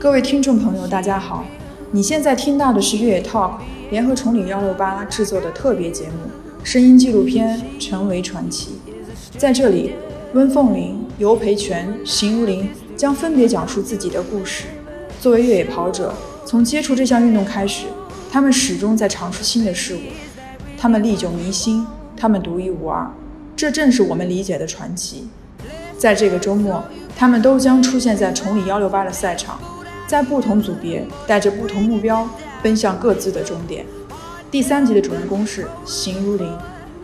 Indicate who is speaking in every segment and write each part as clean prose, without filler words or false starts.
Speaker 1: 各位听众朋友，大家好！你现在听到的是越野 Talk 联合崇礼168制作的特别节目声音纪录片《成为传奇》。在这里，温凤玲、尤培全、邢如林将分别讲述自己的故事。作为越野跑者，从接触这项运动开始，他们始终在尝试新的事物，他们历久弥新，他们独一无二，这正是我们理解的传奇。在这个周末，他们都将出现在崇礼168的赛场，在不同组别带着不同目标奔向各自的终点。第3集的主人公是邢如林。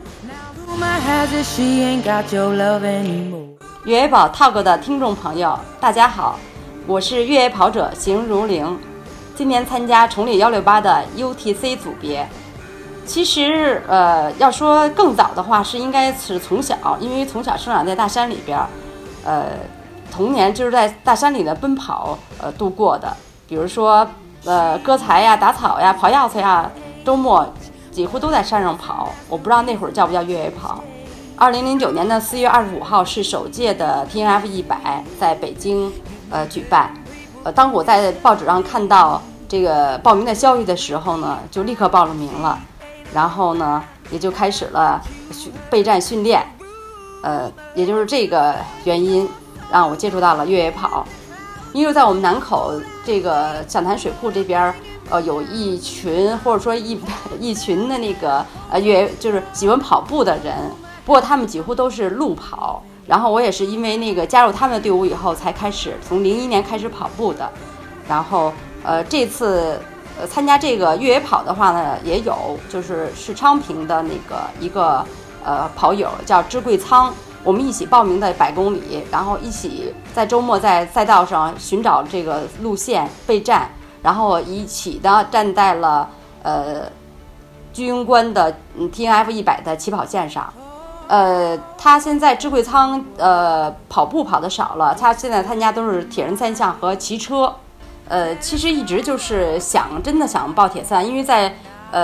Speaker 2: 越野跑 Talk 的听众朋友大家好，我是越野跑者邢如林，今年参加崇礼168的 UTC 组别。其实要说更早的话是应该是从小，因为从小生长在大山里边，童年就是在大山里的奔跑度过的，比如说割柴呀、打草呀、刨药材呀，周末几乎都在山上跑。我不知道那会儿叫不叫越野跑。2009年的4月25号是首届的 TNF100 在北京举办。当我在报纸上看到这个报名的消息的时候呢，就立刻报了名了，然后呢也就开始了备战训练。也就是这个原因让我接触到了越野跑。因为在我们南口这个响潭水库这边有一群或者说一群的那个就是喜欢跑步的人，不过他们几乎都是路跑，然后我也是因为那个加入他们的队伍以后才开始从01年开始跑步的。然后这次参加这个越野跑的话呢，也有就是昌平的那个一个跑友叫芝桂仓，我们一起报名的100公里，然后一起在周末在赛道上寻找这个路线备战，然后一起的站在了居庸关的TNF100的起跑线上。他现在芝桂仓跑步跑的少了，他现在参加都是铁人3项和骑车。其实一直就是真的想报铁三，因为在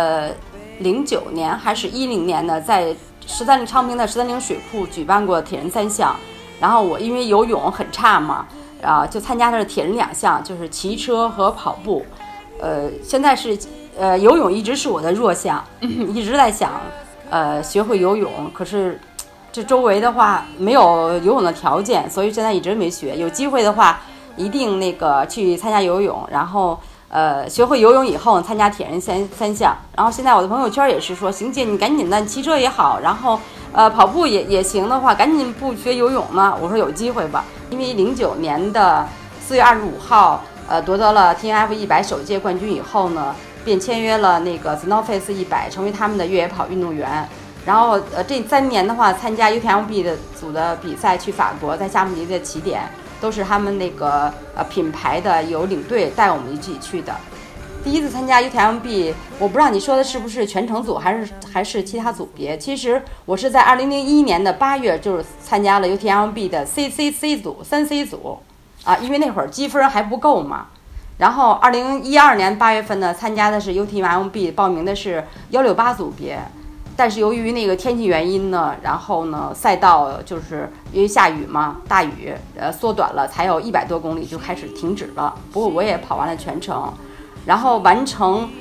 Speaker 2: 09年还是10年呢，在昌平的130水库举办过铁人3项，然后我因为游泳很差嘛，就参加了铁人2项，就是骑车和跑步。现在是游泳一直是我的弱项，一直在想学会游泳，可是这周围的话没有游泳的条件，所以现在一直没学。有机会的话一定那个去参加游泳，然后学会游泳以后参加铁人三项。然后现在我的朋友圈也是说，邢姐你赶紧的，骑车也好，然后跑步也行的话，赶紧不学游泳呢。我说有机会吧，因为09年的4月25号夺得了 TNF100 首届冠军以后呢，便签约了那个 Snowface 100，成为他们的越野跑运动员。然后这3年的话，参加 UTMB 的组的比赛，去法国，在夏目尼的起点都是他们那个品牌的有领队带我们一起去的。第一次参加 UTMB， 我不知道你说的是不是全程组还是其他组别。其实我是在2001年的8月就是参加了 UTMB 的 CCC 组3C 组因为那会儿积分还不够嘛。然后2012年8月份呢，参加的是 UTMB， 报名的是168组别。但是由于那个天气原因呢，然后呢赛道就是因为下雨嘛，大雨缩短了，才有100多公里就开始停止了。不过我也跑完了全程，然后完成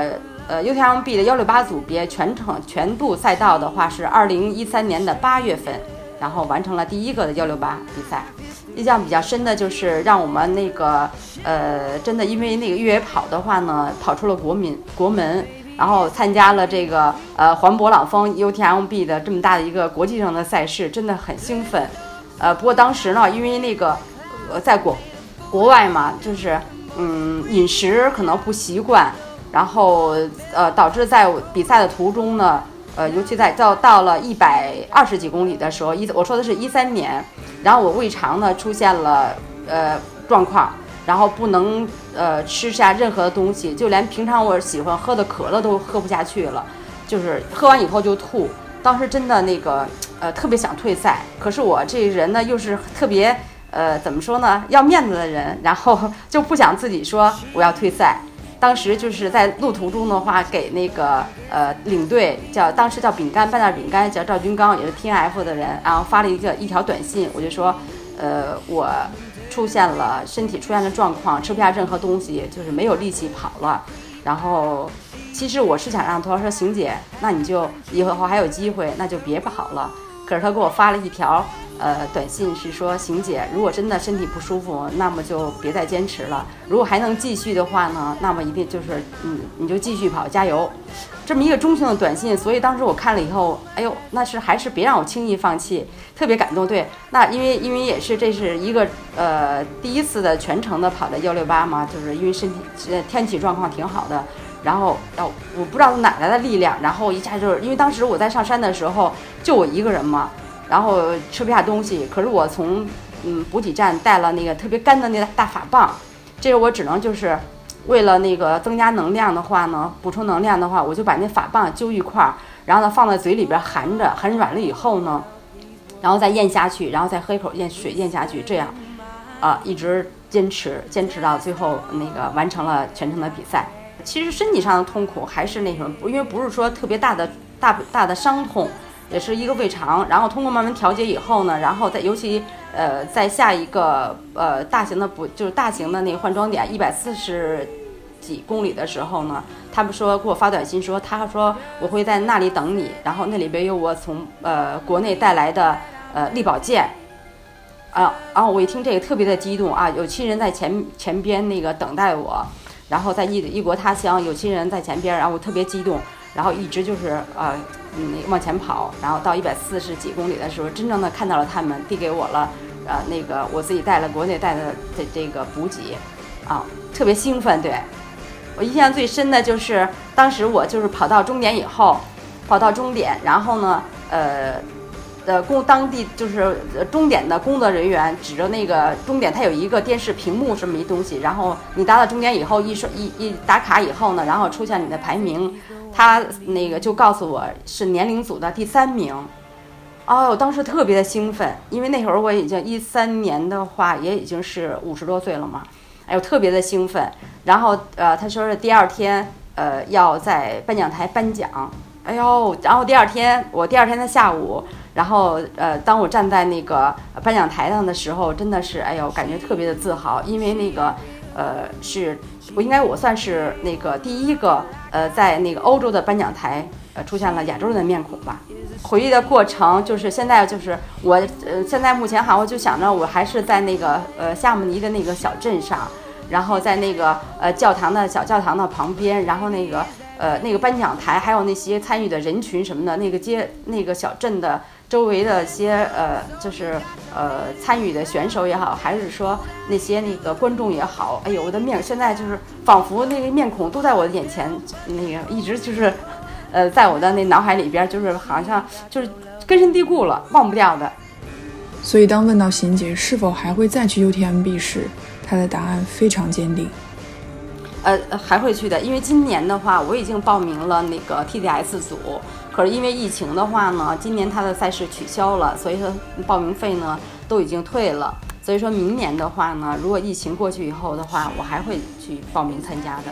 Speaker 2: UTMB 的168组别全部赛道的话是2013年的8月份，然后完成了第一个的168比赛。印象比较深的就是让我们那个真的因为那个越野跑的话呢，跑出了国门。然后参加了这个环勃朗峰 UTMB 的这么大的一个国际上的赛事，真的很兴奋。不过当时呢，因为那个在国外嘛，就是饮食可能不习惯，然后导致在比赛的途中呢，尤其在到了120几公里的时候，我说的是13年，然后我胃肠呢出现了状况。然后不能吃下任何的东西，就连平常我喜欢喝的可乐都喝不下去了，就是喝完以后就吐。当时真的那个特别想退赛，可是我这人呢又是特别怎么说呢，要面子的人，然后就不想自己说我要退赛。当时就是在路途中的话，给那个领队当时叫饼干半袋饼干，叫赵军刚，也是 TNF 的人，然后发了一条短信，我就说我出现了身体出现了状况，吃不下任何东西，就是没有力气跑了。然后其实我是想让他说邢姐，那你就以后还有机会，那就别跑了。可是他给我发了一条短信，是说邢姐，如果真的身体不舒服，那么就别再坚持了。如果还能继续的话呢，那么一定就是你就继续跑，加油。这么一个中性的短信，所以当时我看了以后，哎呦，那是还是别让我轻易放弃，特别感动。对，那因为也是这是一个第一次的全程的跑的168嘛，就是因为身体天气状况挺好的。然后我不知道哪来的力量，然后一下就是因为当时我在上山的时候就我一个人嘛，然后吃不下东西，可是我从补给站带了那个特别干的那个大法棒，这个我只能就是为了那个增加能量的话呢，补充能量的话，我就把那法棒揪一块，然后呢放在嘴里边含着，含软了以后呢，然后再咽下去，然后再喝一口水咽下去，这样一直坚持到最后那个完成了全程的比赛。其实身体上的痛苦还是那什么，因为不是说特别大的伤痛，也是一个胃肠，然后通过慢慢调节以后呢，然后尤其在下一个大型的那个换装点140几公里的时候呢，他们说给我发短信说，他说我会在那里等你，然后那里边有我从国内带来的力保健然后我一听这个特别的激动啊，有亲人在前边那个等待我。然后在异国他乡，有亲人在前边，然后我特别激动，然后一直就是往前跑，然后到140几公里的时候，真正的看到了他们，递给我了那个我自己国内带的这个补给特别兴奋。对，我印象最深的就是当时我就是跑到终点以后，然后呢当地就是终点的工作人员指着那个终点，它有一个电视屏幕这么一东西，然后你达到终点以后一打卡以后呢，然后出现你的排名，他那个就告诉我是年龄组的第3名。我当时特别的兴奋，因为那会儿我已经13年的话也已经是50多岁了嘛，哎呦特别的兴奋。然后他说是第2天要在颁奖台颁奖，哎呦，然后第二天的下午，然后当我站在那个颁奖台上的时候，真的是哎呦，感觉特别的自豪，因为那个是我算是那个第一个在那个欧洲的颁奖台出现了亚洲人的面孔吧。回忆的过程就是现在就是我现在目前我就想着我还是在那个夏慕尼的那个小镇上，然后在那个小教堂的旁边，然后那个颁奖台还有那些参与的人群什么的，那个小镇的周围的一些就是参与的选手也好，还是说那些那个观众也好，哎呦我的现在就是仿佛那个面孔都在我的眼前，那个一直就是在我的那脑海里边，就是好像就是根深蒂固了，忘不掉的。
Speaker 1: 所以当问到邢姐是否还会再去 UTMB 时，她的答案非常坚定。
Speaker 2: 还会去的，因为今年的话我已经报名了那个 TDS 组，可是因为疫情的话呢，今年它的赛事取消了，所以说报名费呢都已经退了，所以说明年的话呢，如果疫情过去以后的话，我还会去报名参加的。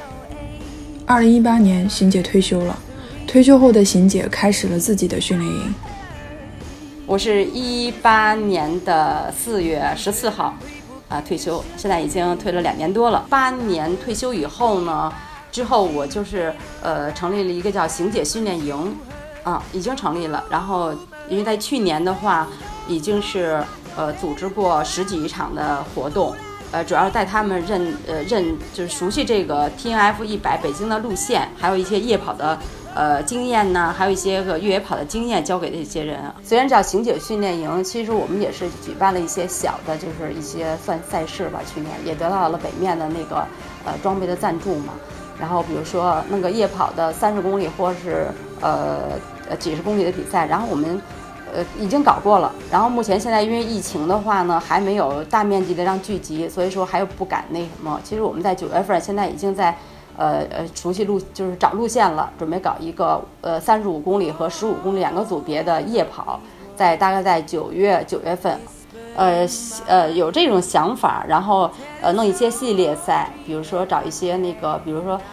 Speaker 1: 2018年邢姐退休了，退休后的邢姐开始了自己的训练营。
Speaker 2: 我是18年的4月14号退休，现在已经退了2年多了。8年退休以后呢，之后我就是成立了一个叫邢姐训练营，已经成立了。然后因为在去年的话，已经是组织过10几场的活动，主要带他们就是熟悉这个 TNF100北京的路线，还有一些夜跑的经验呢，还有一些个越野跑的经验教给这些人。虽然叫邢姐训练营，其实我们也是举办了一些小的，就是一些算赛事吧。去年也得到了北面的那个装备的赞助嘛。然后比如说那个夜跑的30公里或是几十公里的比赛，然后我们已经搞过了。然后目前现在因为疫情的话呢，还没有大面积的让聚集，所以说还有不敢那什么。其实我们在9月份现在已经在熟悉就是找路线了，准备搞一个35公里和15公里2个组别的夜跑，大概在9月份，有这种想法，然后弄一些系列赛，比如说找一些那个，比如说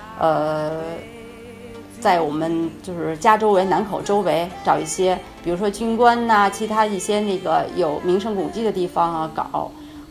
Speaker 2: 在我们就是家周围南口周围找一些，比如说军官呐，其他一些那个有名胜古迹的地方搞。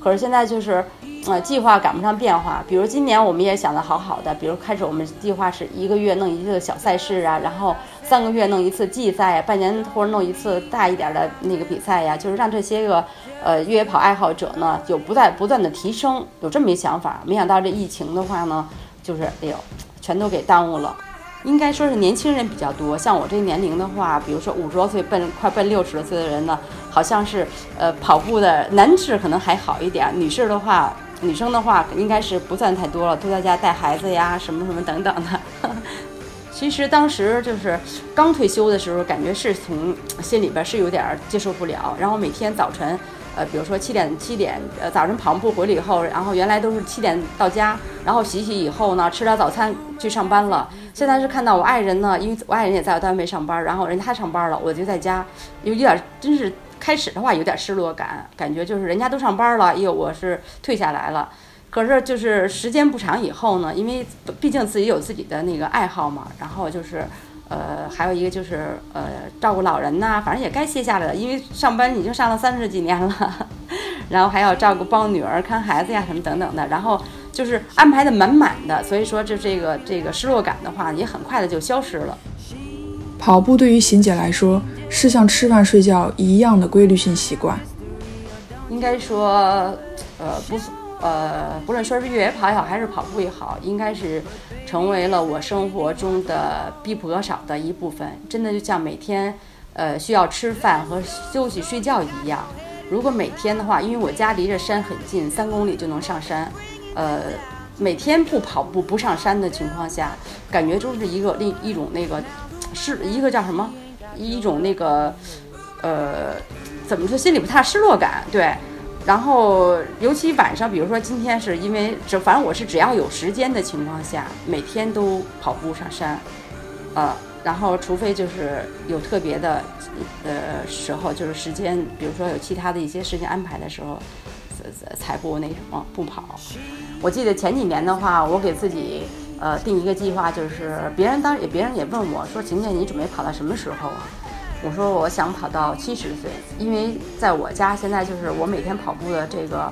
Speaker 2: 可是现在就是计划赶不上变化。比如今年我们也想得好好的，比如开始我们计划是1个月弄一次小赛事啊，然后3个月弄一次季赛，半年或者弄一次大一点的那个比赛呀，就是让这些个越野跑爱好者呢有不断的提升，有这么一想法。没想到这疫情的话呢，就是全都给耽误了。应该说是年轻人比较多，像我这年龄的话，比如说50多岁快奔60多岁的人呢，好像是跑步的男士可能还好一点，女生的话应该是不算太多了，都在家带孩子呀什么什么等等的。其实当时就是刚退休的时候，感觉是从心里边是有点接受不了，然后每天早晨比如说7点早晨跑步回来以后，然后原来都是7点到家，然后洗以后呢，吃点早餐去上班了。现在是看到我爱人呢，因为我爱人也在我单位上班，然后他上班了，我就在家，有点真是开始的话有点失落感，感觉就是人家都上班了，我是退下来了。可是就是时间不长以后呢，因为毕竟自己有自己的那个爱好嘛，然后就是还有一个就是照顾老人呐，反正也该歇下来了，因为上班已经上了30几年了，然后还要照顾帮女儿看孩子呀什么等等的，然后就是安排的满满的，所以说这个失落感的话也很快的就消失了。
Speaker 1: 跑步对于邢姐来说是像吃饭睡觉一样的规律性习惯。
Speaker 2: 应该说不论说是越野跑也好还是跑步也好，应该是成为了我生活中的必不可少的一部分。真的就像每天需要吃饭和休息睡觉一样。如果每天的话，因为我家离着山很近，3公里就能上山，每天不跑步不上山的情况下，感觉就是一种那个是一个叫什么一种那个怎么说，心里不太失落感，对。然后尤其晚上，比如说今天是因为反正我是只要有时间的情况下，每天都跑步上山，然后除非就是有特别的时候，就是时间，比如说有其他的一些事情安排的时候，才不那什么不跑。我记得前几年的话，我给自己定一个计划，就是别人也问我说，晴晴你准备跑到什么时候啊？我说我想跑到70岁，因为在我家现在就是我每天跑步的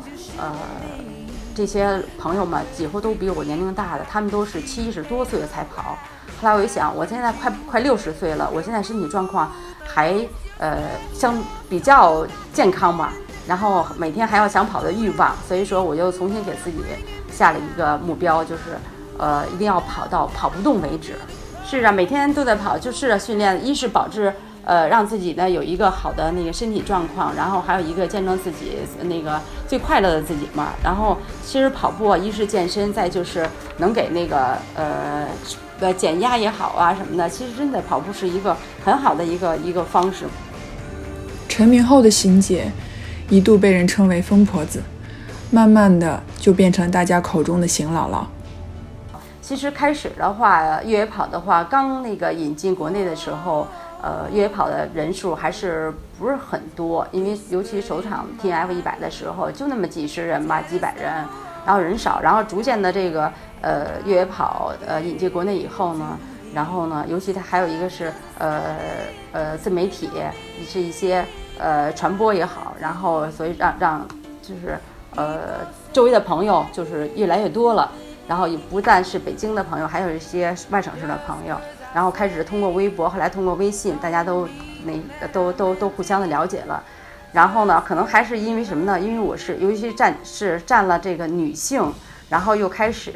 Speaker 2: 这些朋友们几乎都比我年龄大的，他们都是70多岁才跑。后来我一想，我现在快60岁了，我现在身体状况还比较健康吧，然后每天还要想跑的欲望，所以说我又重新给自己下了一个目标，就是一定要跑到跑不动为止。是啊，每天都在跑，就是训练，一是保质。让自己呢有一个好的那个身体状况，然后还有一个见证自己那个最快乐的自己嘛。然后其实跑步一是健身，再就是能给那个减压也好啊什么的。其实真的跑步是一个很好的一个方式。
Speaker 1: 成名后的邢姐一度被人称为疯婆子，慢慢的就变成大家口中的邢姥姥。
Speaker 2: 其实开始的话，越野跑的话，刚那个引进国内的时候。越野跑的人数还是不是很多，因为尤其首场 TF100 的时候就那么几十人吧，几百人，然后人少，然后逐渐的这个越野跑引进国内以后呢，然后呢，尤其它还有一个是自媒体，是一些传播也好，然后所以让就是周围的朋友就是越来越多了，然后也不但是北京的朋友，还有一些外省市的朋友。然后开始通过微博，后来通过微信，大家都互相的了解了。然后呢，可能还是因为什么呢？因为我是尤其占了这个女性，然后又开始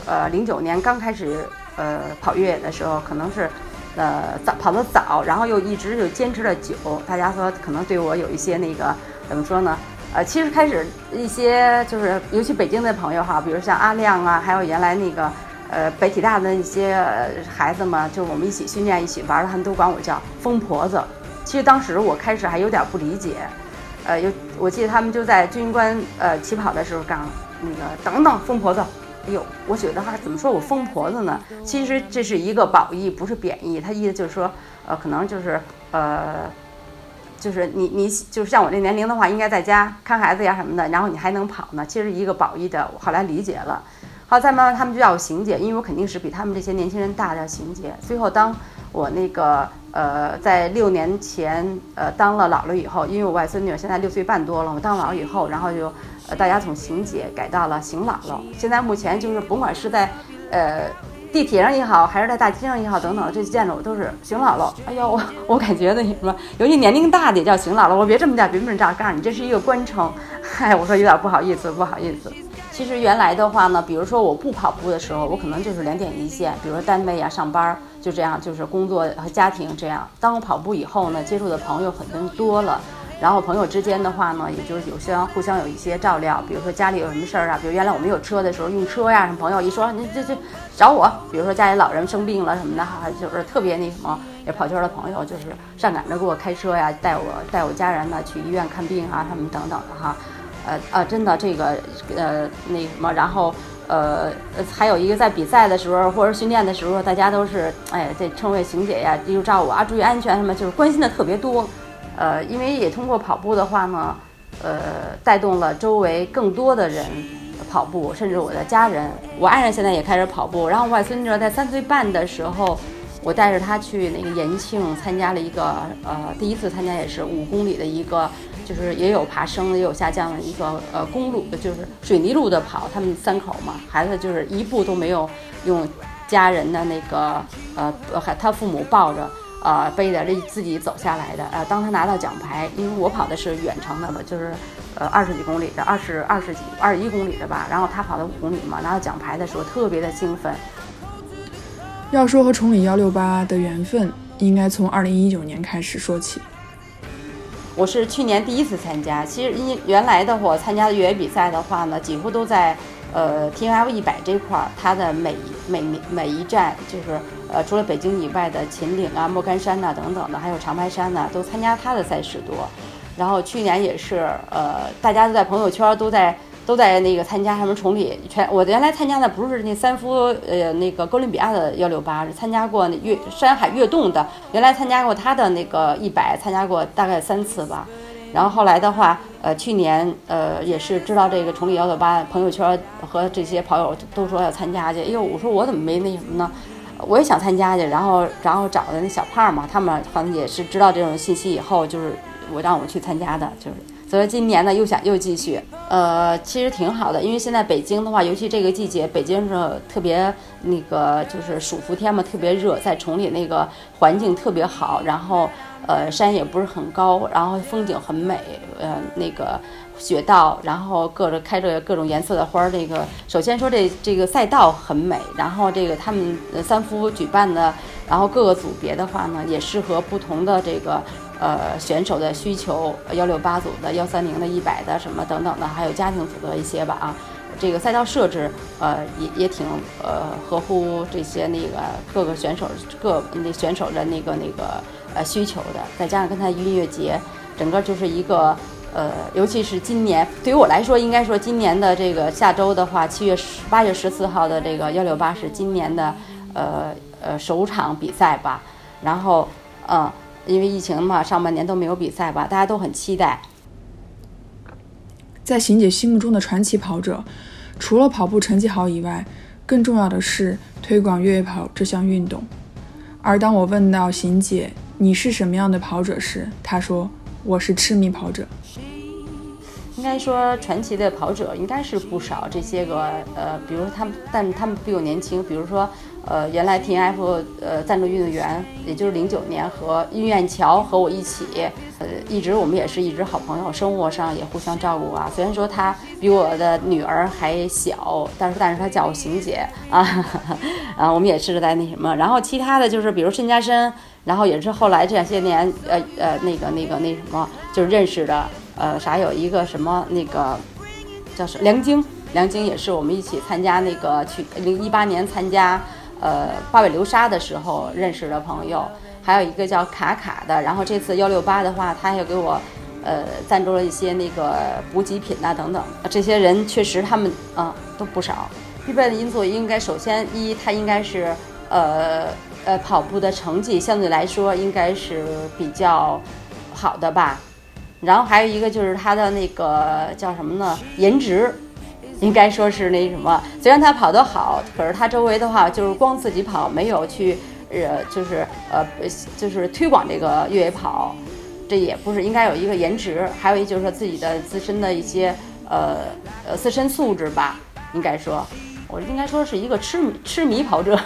Speaker 2: 09年刚开始跑越野的时候，可能是跑得早，然后又一直就坚持了久。大家说可能对我有一些那个怎么说呢？其实开始一些就是尤其北京的朋友哈，比如像阿亮啊，还有原来那个。北体大的一些孩子们，就我们一起训练、一起玩，他们都管我叫疯婆子。其实当时我开始还有点不理解，我记得他们就在军官起跑的时候刚那个等等疯婆子，哎呦，我觉得怎么说我疯婆子呢？其实这是一个褒义，不是贬义，他意思就是说，可能就是就是你就是像我这年龄的话，应该在家看孩子呀什么的，然后你还能跑呢，其实一个褒义的，我后来理解了。好，再慢慢他们就叫我邢姐，因为我肯定是比他们这些年轻人大，叫邢姐。最后当我那个在6年前当了姥姥以后，因为我外孙女现在6岁半多了，我当姥姥以后，然后就大家从行姐改到了行姥姥。现在目前就是甭管是在地铁上也好，还是在大街上也好，等等这些建筑都是邢姥姥。哎呦，我感觉那什么，尤其年龄大的也叫邢姥姥。我别这么叫，别这么叫，告诉你这是一个官称。嗨，我说有点不好意思，不好意思。其实原来的话呢，比如说我不跑步的时候，我可能就是2点一线，比如说单位啊、上班，就这样，就是工作和家庭这样。当我跑步以后呢，接触的朋友很多了。然后朋友之间的话呢，也就是互相有一些照料，比如说家里有什么事儿啊，比如原来我们有车的时候用车呀，什么朋友一说你这找我，比如说家里老人生病了什么的哈，就是特别那什么，也跑圈的朋友就是上赶着给我开车呀，带我家人呢去医院看病啊，他们等等的哈，真的这个那什么，然后还有一个在比赛的时候或者训练的时候，大家都是这称谓邢姐呀，就照顾啊，注意安全什么，就是关心的特别多。因为也通过跑步的话呢，带动了周围更多的人跑步，甚至我的家人，我爱人现在也开始跑步。然后外孙女在3岁半的时候，我带着她去那个延庆参加了一个第一次参加也是5公里的一个，就是也有爬升也有下降的一个公路，就是水泥路的跑。他们3口嘛，孩子就是一步都没有用家人的那个他父母抱着。背着自己走下来的。当他拿到奖牌，因为我跑的是远程的吧，就是20几公里的21公里的吧，然后他跑的5公里嘛，拿到奖牌的时候特别的兴奋。
Speaker 1: 要说和崇礼168的缘分，应该从2019年开始说起。
Speaker 2: 我是去年第一次参加，其实原来的我参加的越野比赛的话呢，几乎都在TNF100这块儿，它的每一站就是除了北京以外的秦岭啊、莫干山呐、等等的，还有长白山呐，都参加它的赛事多。然后去年也是大家都在朋友圈都在那个参加什么崇礼我原来参加的不是那三夫那个哥伦比亚的168，是参加过那山海跃动的，原来参加过他的那个100，参加过大概3次吧。然后后来的话，去年也是知道这个崇礼168，朋友圈和这些跑友都说要参加去。哎呦，我说我怎么没那什么呢？我也想参加去，然后找的那小胖嘛，他们好像也是知道这种信息以后，就是让我去参加的，就是。所以今年呢又继续，其实挺好的，因为现在北京的话，尤其这个季节，北京是特别那个就是暑伏天嘛，特别热，在崇礼那个环境特别好，然后山也不是很高，然后风景很美，那个雪道，然后开着各种颜色的花，这个首先说这个赛道很美，然后这个他们三夫举办的，然后各个组别的话呢，也适合不同的这个。选手的需求，168组的、130的、100的什么等等的，还有家庭组的一些吧啊，这个赛道设置也挺合乎这些那个各个选手的那个需求的，再加上跟他音乐节，整个就是一个尤其是今年对于我来说，应该说今年的这个下周的话，8月14号的这个168是今年的首场比赛吧，然后因为疫情嘛，上半年都没有比赛吧，大家都很期待。
Speaker 1: 在邢姐心目中的传奇跑者，除了跑步成绩好以外，更重要的是推广越野跑这项运动。而当我问到邢姐你是什么样的跑者时，她说我是痴迷跑者。
Speaker 2: 应该说传奇的跑者应该是不少，这些个比如但他们比我年轻，比如说原来 TNF 赞助运动员，也就是09年和殷苑桥和我一起，我们也是一直好朋友，生活上也互相照顾啊。虽然说他比我的女儿还小，但是他叫我邢姐啊，我们也是在那什么。然后其他的就是比如申嘉申，然后也是后来这些年那什么就是认识的。有一个什么那个叫什么梁晶也是我们一起参加那个去2018年参加八尾流沙的时候认识的朋友，还有一个叫卡卡的，然后这次168的话，他也给我赞助了一些那个补给品啊等等，这些人确实他们都不少。必备的因素应该首先他应该是跑步的成绩相对来说应该是比较好的吧。然后还有一个就是他的那个叫什么呢？颜值，应该说是那什么。虽然他跑得好，可是他周围的话就是光自己跑，没有去就是推广这个越野跑，这也不是应该有一个颜值。还有一就是说自己的自身的一些自身素质吧，应该说是一个痴迷跑者。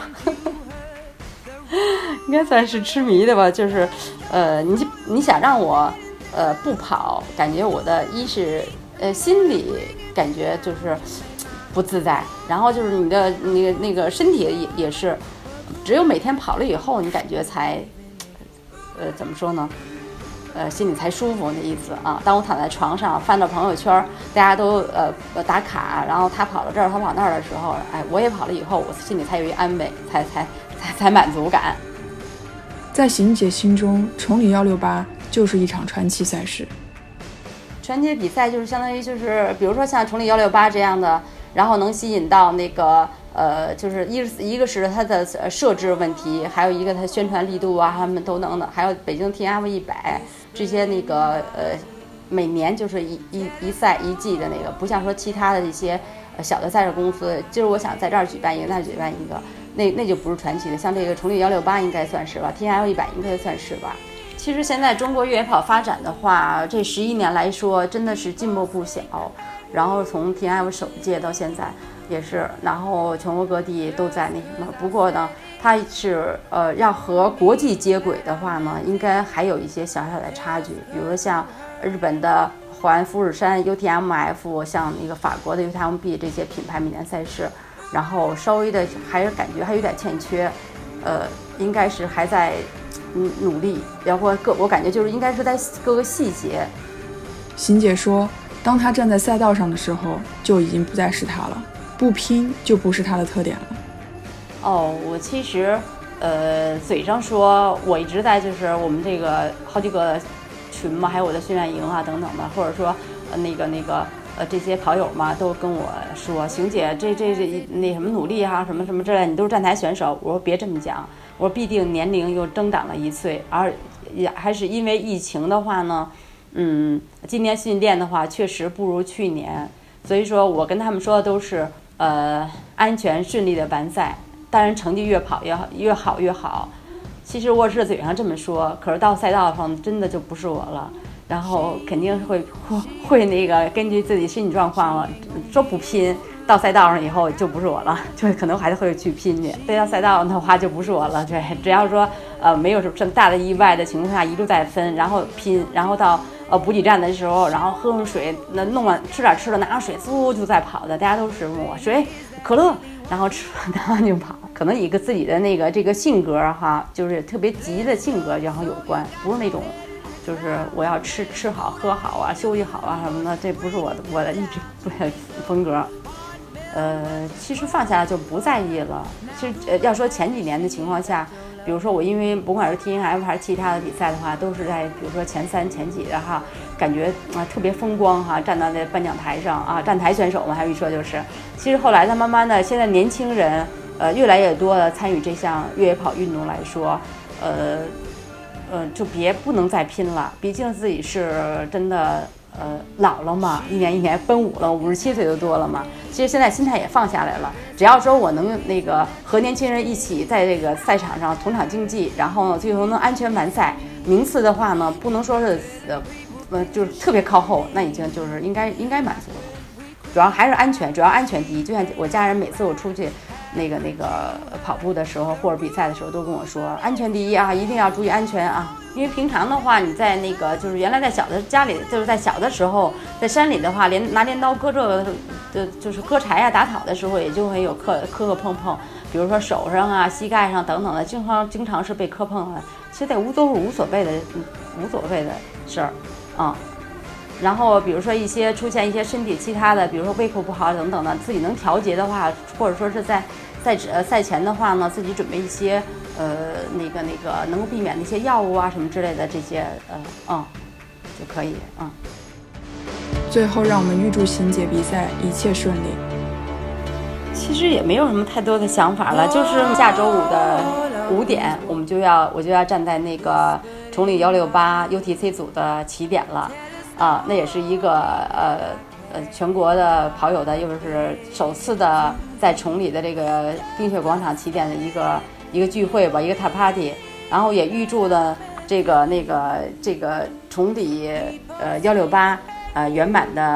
Speaker 2: 应该算是痴迷的吧，就是你想让我不跑，感觉我的一是心理感觉就是不自在，然后就是你的那个身体也是，只有每天跑了以后，你感觉才怎么说呢？心里才舒服那意思啊。当我躺在床上翻到朋友圈，大家都打卡，然后他跑到这儿，他跑那儿的时候，哎，我也跑了以后，我心里才有一安慰，才满足感。
Speaker 1: 在邢姐心中，崇礼168就是一场传奇赛事。
Speaker 2: 传奇比赛就是相当于就是比如说像崇礼168这样的，然后能吸引到那个就是一个是它的设置问题，还有一个它宣传力度啊，他们都能的，还有北京 TMF100这些那个每年就是一赛一季的那个，不像说其他的一些小的赛事公司，就是我想在这儿举办一个，那举办一个，那就不是传奇的。像这个崇礼168应该算是吧 ，TMF100应该算是吧。其实现在中国越野跑发展的话，这11年来说真的是进步不小。然后从 TMF 首届到现在也是，然后全国各地都在那什么。不过呢，它是要和国际接轨的话呢，应该还有一些小小的差距。比如说像日本的环富士山 UTMF， 像那个法国的 UTMB 这些品牌每年赛事，然后稍微的还是感觉还有点欠缺，应该是还在努力，然后我感觉就是应该是在各个细节。
Speaker 1: 邢姐说，当她站在赛道上的时候，就已经不再是她了，不拼就不是她的特点了。
Speaker 2: 我其实嘴上说我一直在就是我们这个好几个群嘛，还有我的训练营啊等等的，或者说这些跑友嘛都跟我说，邢姐这那什么努力啊什么什么之类，你都是站台选手。我说别这么讲，我说必定年龄又增长了1岁，而也还是因为疫情的话呢，今年训练的话确实不如去年，所以说我跟他们说的都是安全顺利的完赛，当然成绩越跑越好越好。其实我是嘴上这么说，可是到赛道上真的就不是我了，然后肯定会那个根据自己身体状况了，说不拼，到赛道上以后就不是我了，就可能还会去拼去。飞到赛道上的话就不是我了，对，只要说没有这么大的意外的情况下，一路在分，然后拼，然后到补给站的时候，然后喝水，那弄完吃点吃的，拿上水，嗖就在跑的，大家都是问我水、可乐，然后吃完然后就跑。可能一个自己的这个性格哈，就是特别急的性格，然后有关，不是那种就是我要吃好喝好啊，休息好啊什么的，这不是我的一直风格。其实放下来就不在意了。其实要说前几年的情况下，比如说我因为不管是 TNF 还是其他的比赛的话，都是在比如说前3前几的哈，感觉特别风光哈，站到那颁奖台上啊，站台选手嘛，还有一说就是，其实后来他慢慢的，现在年轻人越来越多的参与这项越野跑运动来说，就不能再拼了，毕竟自己是真的老了嘛，一年一年奔5了，57岁都多了嘛。其实现在心态也放下来了，只要说我能那个和年轻人一起在这个赛场上同场竞技，然后呢最后能安全完赛，名次的话呢不能说是就是特别靠后，那已经就是应该满足了。主要还是安全，主要安全第一。就像我家人每次我出去那个跑步的时候或者比赛的时候都跟我说，安全第一啊，一定要注意安全啊。因为平常的话，你在那个就是原来在小的家里，就是在小的时候，在山里的话，拿镰刀割这个就是割柴啊、打草的时候，也就会有磕碰，比如说手上啊、膝盖上等等的，经常是被磕碰的。其实在都是无所谓的事儿啊。然后比如说出现一些身体其他的，比如说胃口不好等等的，自己能调节的话，或者说是在赛前的话呢，自己准备一些那个能够避免的一些药物啊什么之类的这些就可以
Speaker 1: 最后让我们预祝邢姐比赛一切顺利。
Speaker 2: 其实也没有什么太多的想法了，就是下周5的5点，我就要站在那个崇礼168 UTC 组的起点了。那也是一个全国的跑友的，又是首次的在崇礼的这个冰雪广场起点的一个聚会吧，一个大 party。然后也预祝的这个崇礼168圆满的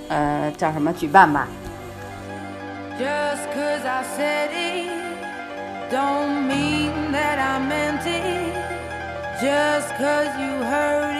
Speaker 2: 叫什么举办吧。
Speaker 3: Just 'cause I said it, don't mean that I meant it. Just 'cause you heard